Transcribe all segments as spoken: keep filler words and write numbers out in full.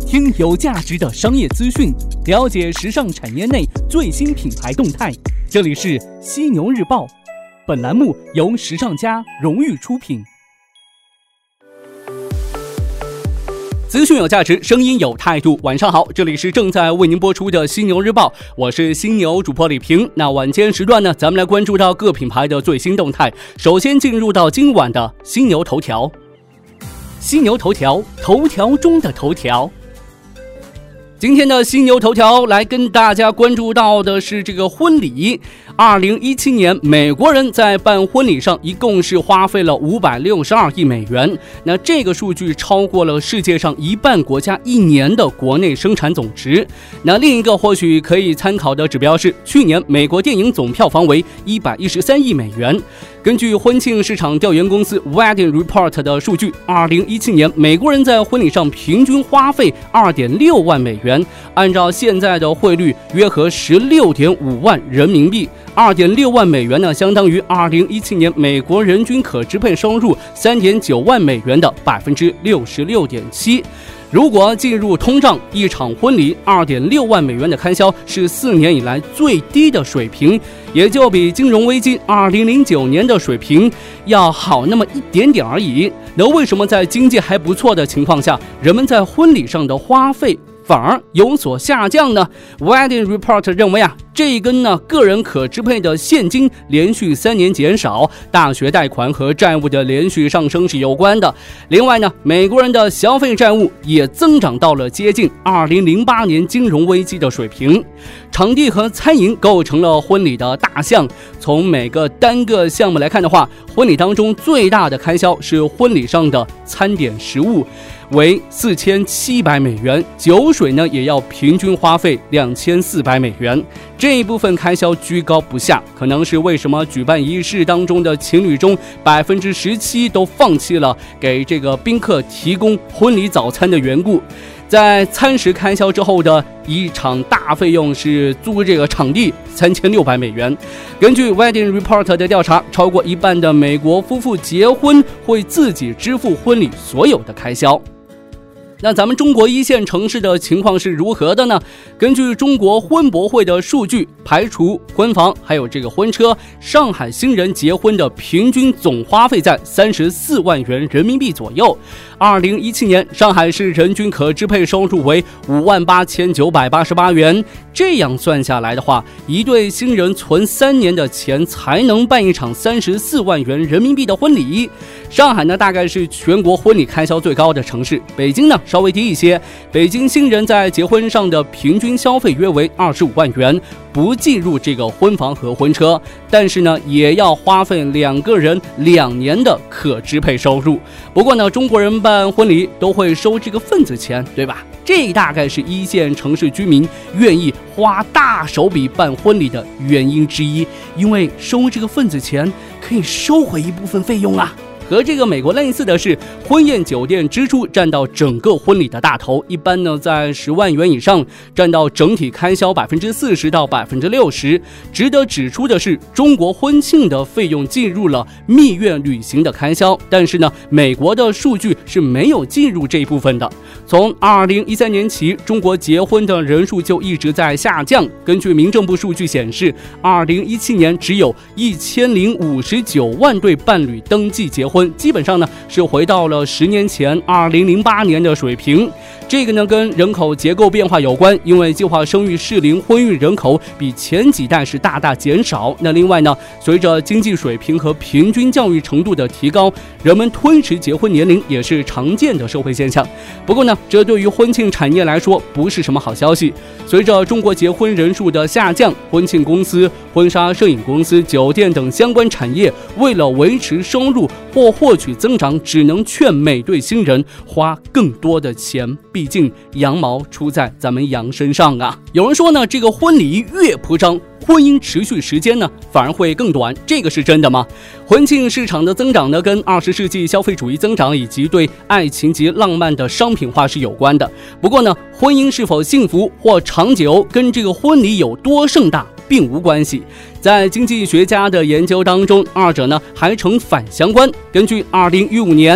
听有价值的商业资讯，了解时尚产业内最新品牌动态。这里是犀牛日报，本栏目由时尚家荣誉出品。资讯有价值，声音有态度。晚上好，这里是正在为您播出的犀牛日报，我是犀牛主播李平。那晚间时段呢，咱们来关注到各品牌的最新动态。首先进入到今晚的犀牛头条。犀牛头条，头条中的头条。今天的犀牛头条来跟大家关注到的是这个婚礼。二零一七年，美国人在办婚礼上一共是花费了五百六十二亿美元，那这个数据超过了世界上一半国家一年的国内生产总值。那另一个或许可以参考的指标是，去年美国电影总票房为一百一十三亿美元。根据婚庆市场调研公司 Wedding Report 的数据，二零一七年美国人在婚礼上平均花费二点六万美元，按照现在的汇率约合十六点五万人民币。二点六万美元呢，相当于二零一七年美国人均可支配收入三点九万美元的百分之六十六点七。如果进入通胀，一场婚礼二点六万美元的开销是四年以来最低的水平，也就比金融危机二零零九年的水平要好那么一点点而已。那为什么在经济还不错的情况下，人们在婚礼上的花费反而有所下降呢？ Wedding Report 认为啊，这跟呢个人可支配的现金连续三年减少，大学贷款和债务的连续上升是有关的。另外呢，美国人的消费债务也增长到了接近二零零八年金融危机的水平。场地和餐饮构成了婚礼的大项。从每个单个项目来看的话，婚礼当中最大的开销是婚礼上的餐点食物，为四千七百美元，酒水呢也要平均花费两千四百美元。这一部分开销居高不下，可能是为什么举办仪式当中的情侣中百分之十七都放弃了给这个宾客提供婚礼早餐的缘故。在餐食开销之后的一场大费用是租这个场地三千六百美元。根据 Wedding Report 的调查，超过一半的美国夫妇结婚会自己支付婚礼所有的开销。那咱们中国一线城市的情况是如何的呢？根据中国婚博会的数据，排除婚房还有这个婚车，上海新人结婚的平均总花费在三十四万元人民币左右。二零一七年，上海市人均可支配收入为五万八千九百八十八元。这样算下来的话，一对新人存三年的钱才能办一场三十四万元人民币的婚礼。上海呢，大概是全国婚礼开销最高的城市。北京呢，稍微低一些。北京新人在结婚上的平均消费约为二十五万元，不计入这个婚房和婚车，但是呢，也要花费两个人两年的可支配收入。不过呢，中国人办婚礼都会收这个份子钱，对吧？这大概是一线城市居民愿意花大手笔办婚礼的原因之一，因为收这个份子钱可以收回一部分费用啊。和这个美国类似的是，婚宴酒店支出占到整个婚礼的大头，一般呢在十万元以上，占到整体开销百分之四十到百分之六十。值得指出的是，中国婚庆的费用计入了蜜月旅行的开销，但是呢，美国的数据是没有计入这一部分的。从二零一三年起，中国结婚的人数就一直在下降。根据民政部数据显示，二零一七年只有一千零五十九万对伴侣登记结婚。基本上呢是回到了十年前二零零八年的水平。这个呢跟人口结构变化有关，因为计划生育适龄婚育人口比前几代是大大减少。那另外呢，随着经济水平和平均教育程度的提高，人们推迟结婚年龄也是常见的社会现象。不过呢，这对于婚庆产业来说不是什么好消息。随着中国结婚人数的下降，婚庆公司、婚纱摄影公司、酒店等相关产业为了维持收入或获取增长，只能劝每对新人花更多的钱，毕竟羊毛出在咱们羊身上啊。有人说呢，这个婚礼越铺张，婚姻持续时间呢反而会更短，这个是真的吗？婚庆市场的增长呢，跟二十世纪消费主义增长以及对爱情及浪漫的商品化是有关的。不过呢，婚姻是否幸福或长久，跟这个婚礼有多盛大并无关系。在经济学家的研究当中，二者呢还呈反相关。根据二零一五年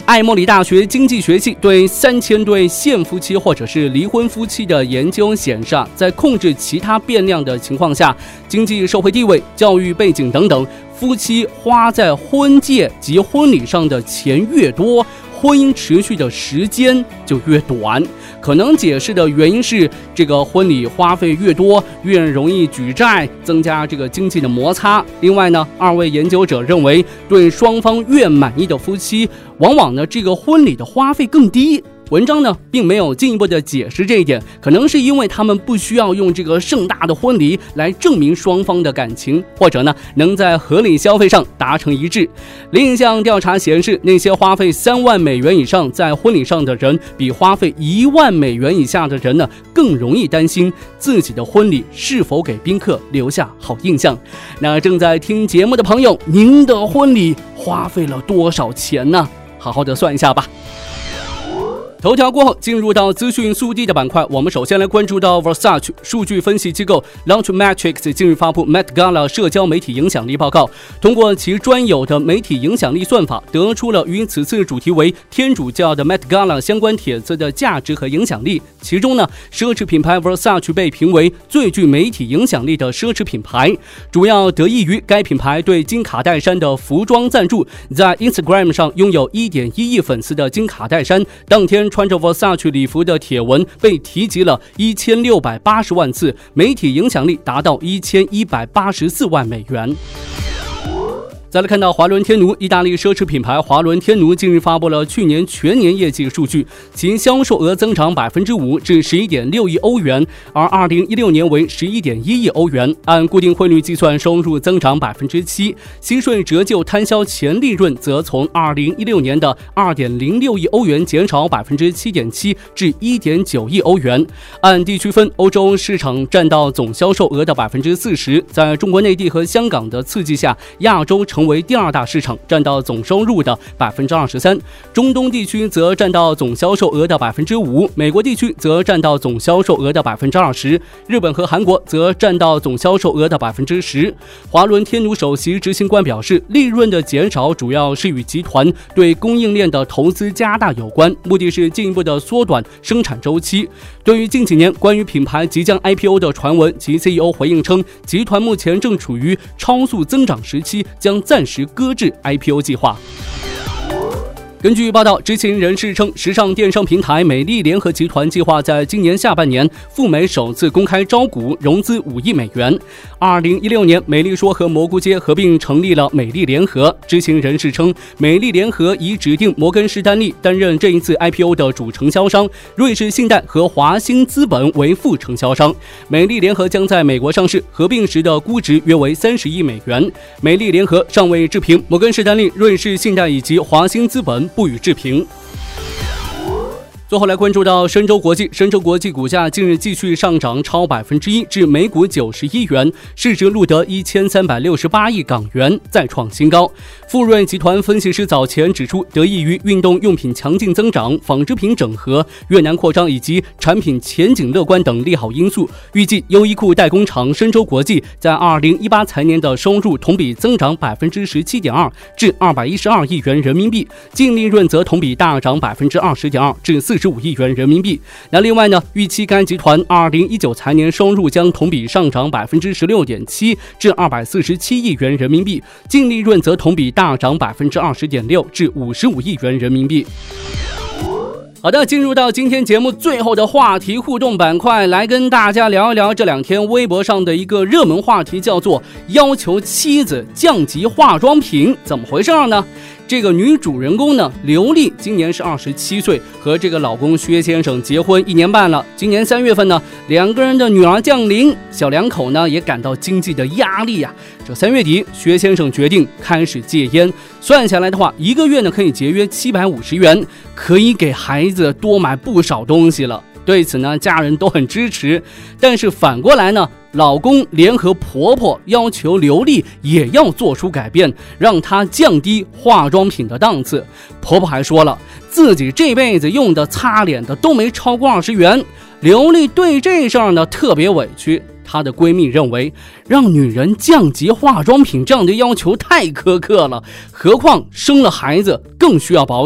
艾默里大学经济学系对三千对现夫妻或者是离婚夫妻的研究显示啊，在控制其他变量的情况下，经济社会地位、教育背景等等，夫妻花在婚戒及婚礼上的钱越多，婚姻持续的时间就越短。可能解释的原因是，这个婚礼花费越多，越容易举债，增加这个经济的摩擦。另外呢，二位研究者认为，对双方越满意的夫妻，往往呢这个婚礼的花费更低。文章呢并没有进一步的解释这一点，可能是因为他们不需要用这个盛大的婚礼来证明双方的感情，或者呢能在合理消费上达成一致。另一项调查显示，那些花费三万美元以上在婚礼上的人，比花费一万美元以下的人呢更容易担心自己的婚礼是否给宾客留下好印象。那正在听节目的朋友，您的婚礼花费了多少钱呢？好好的算一下吧。头条过后，进入到资讯速递的板块，我们首先来关注到 Versace 数据分析机构 Launchmetrics 近日发布 Met Gala 社交媒体影响力报告，通过其专有的媒体影响力算法，得出了与此次主题为天主教的 Met Gala 相关帖子的价值和影响力。其中呢，奢侈品牌 Versace 被评为最具媒体影响力的奢侈品牌，主要得益于该品牌对金卡戴珊的服装赞助。在 Instagram 上拥有 一点一亿粉丝的金卡戴珊，当天穿着 Versace 礼服的帖文被提及了一千六百八十万次，媒体影响力达到一千一百八十四万美元。再来看到华伦天奴，意大利奢侈品牌华伦天奴近日发布了去年全年业绩数据，其销售额增长 百分之五 至 十一点六亿欧元，而二零一六年为 十一点一亿欧元，按固定汇率计算，收入增长 百分之七， 息税折旧摊销前利润则从二零一六年的 二点零六亿欧元减少 百分之七点七 至 一点九亿欧元。按地区分，欧洲市场占到总销售额的 百分之四十， 在中国内地和香港的刺激下，亚洲成为第二大市场，占到总收入的 百分之二十三， 中东地区则占到总销售额的 百分之五， 美国地区则占到总销售额的 百分之二十， 日本和韩国则占到总销售额的 百分之十。 华伦天奴首席执行官表示，利润的减少主要是与集团对供应链的投资加大有关，目的是进一步的缩短生产周期。对于近几年关于品牌即将 I P O 的传闻，其 C E O 回应称，集团目前正处于超速增长时期，将暂时搁置 I P O 计划。根据报道，知情人士称，时尚电商平台美丽联合集团计划在今年下半年赴美首次公开招股，融资五亿美元。二零一六年，美丽说和蘑菇街合并成立了美丽联合。知情人士称，美丽联合已指定摩根士丹利担任这一次 I P O 的主承销商，瑞士信贷和华兴资本为副承销商。美丽联合将在美国上市，合并时的估值约为三十亿美元。美丽联合尚未置评，摩根士丹利、瑞士信贷以及华兴资本不予置评。最后来关注到申洲国际，申洲国际股价近日继续上涨超百分之一，至每股九十一元，市值录得一千三百六十八亿港元，再创新高。富瑞集团分析师早前指出，得益于运动用品强劲增长、纺织品整合、越南扩张以及产品前景乐观等利好因素，预计优衣库代工厂申洲国际在二零一八财年的收入同比增长百分之十七点二，至二百一十二亿元人民币，净利润则同比大涨百分之二十点二，至四十五亿元人民币。那另外呢，预期该集团二零一九财年收入将同比上涨百分之十六点七，至二百四十七亿元人民币，净利润则同比大涨百分之二十点六，至五十五亿元人民币。好的，进入到今天节目最后的话题互动板块，来跟大家聊一聊这两天微博上的一个热门话题，叫做要求妻子降级化妆品，怎么回事呢？这个女主人公呢，刘丽今年是二十七岁，和这个老公薛先生结婚一年半了。今年三月份呢，两个人的女儿降临，小两口呢也感到经济的压力呀、啊。这三月底，薛先生决定开始戒烟，算下来的话，一个月呢可以节约七百五十元，可以给孩子多买不少东西了。对此呢，家人都很支持，但是反过来呢，老公联合婆婆要求刘丽也要做出改变，让她降低化妆品的档次。婆婆还说了，自己这辈子用的擦脸的都没超过二十元。刘丽对这事儿呢特别委屈，她的闺蜜认为让女人降级化妆品这样的要求太苛刻了，何况生了孩子更需要保养。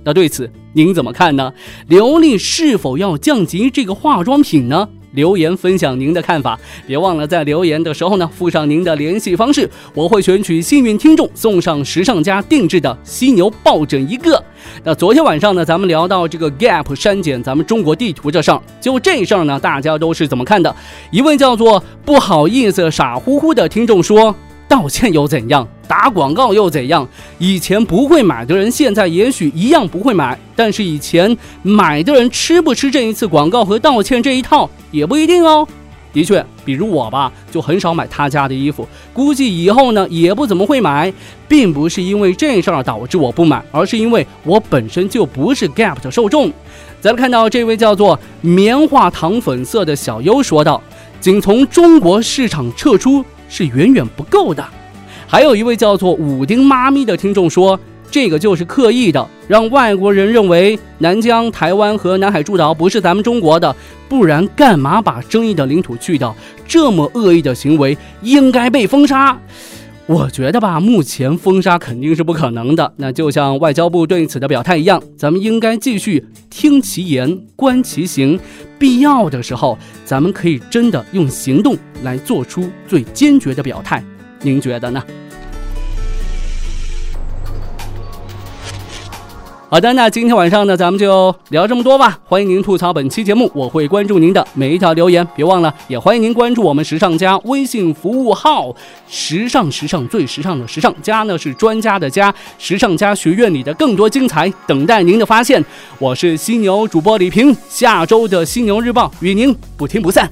那对此您怎么看呢？刘丽是否要降级这个化妆品呢？留言分享您的看法，别忘了在留言的时候呢附上您的联系方式，我会选取幸运听众送上时尚家定制的犀牛抱枕一个。那昨天晚上呢，咱们聊到这个 Gap 删减咱们中国地图这事儿，就这事儿呢，大家都是怎么看的？一位叫做不好意思傻乎乎的听众说，道歉又怎样？打广告又怎样？以前不会买的人现在也许一样不会买，但是以前买的人吃不吃这一次广告和道歉这一套也不一定哦。的确，比如我吧，就很少买他家的衣服，估计以后呢也不怎么会买，并不是因为这事儿导致我不买，而是因为我本身就不是 Gap 的受众。再来看到这位叫做棉花糖粉色的小优说道，仅从中国市场撤出是远远不够的。还有一位叫做武丁妈咪的听众说，这个就是刻意的，让外国人认为南疆、台湾和南海诸岛不是咱们中国的，不然干嘛把争议的领土去掉？这么恶意的行为应该被封杀。我觉得吧，目前封杀肯定是不可能的。那就像外交部对此的表态一样，咱们应该继续听其言，观其行，必要的时候，咱们可以真的用行动来做出最坚决的表态。您觉得呢？好的，那今天晚上呢，咱们就聊这么多吧。欢迎您吐槽本期节目，我会关注您的每一条留言。别忘了，也欢迎您关注我们时尚家微信服务号，时尚时尚最时尚的时尚家呢是专家的家，时尚家学院里的更多精彩等待您的发现。我是犀牛主播李平，下周的犀牛日报与您不听不散。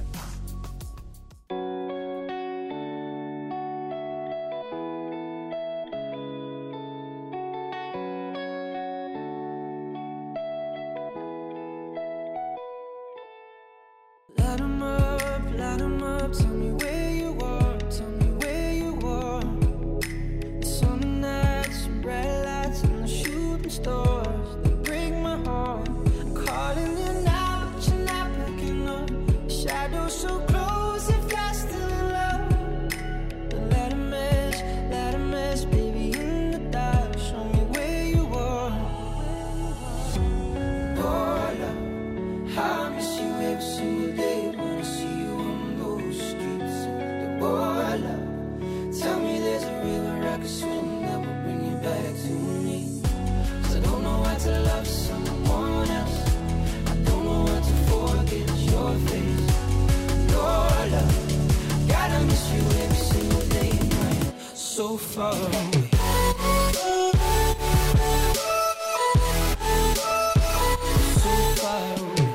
So far away. So far away.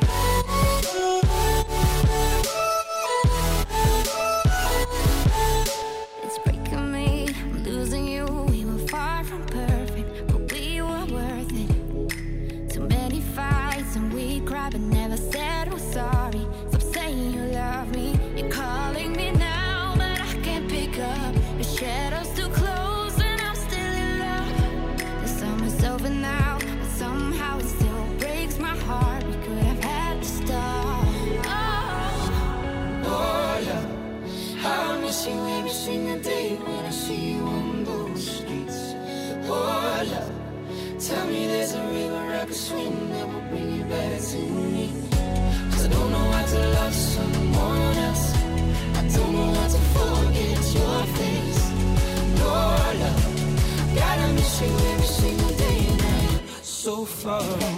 It's breaking me, I'm losing you. We were far from perfect, but we were worth it. Too many fights and we cried, but never said we're sorry. Stop saying you love me. You're calling me now, but I can't pick up. Your shadows too close and I'm still in love. The summer's over now, but somehow it still breaks my heart. We could have had to stop. Oh, Oh, love, how I miss you every single day when I see you on those streets. Oh, love, tell me there's a river I could swim that will bring you back to me. 'Cause I don't know how to love someone else. I don't know how to forget your face. Oh, love, gotta miss you every single day and night. So far away.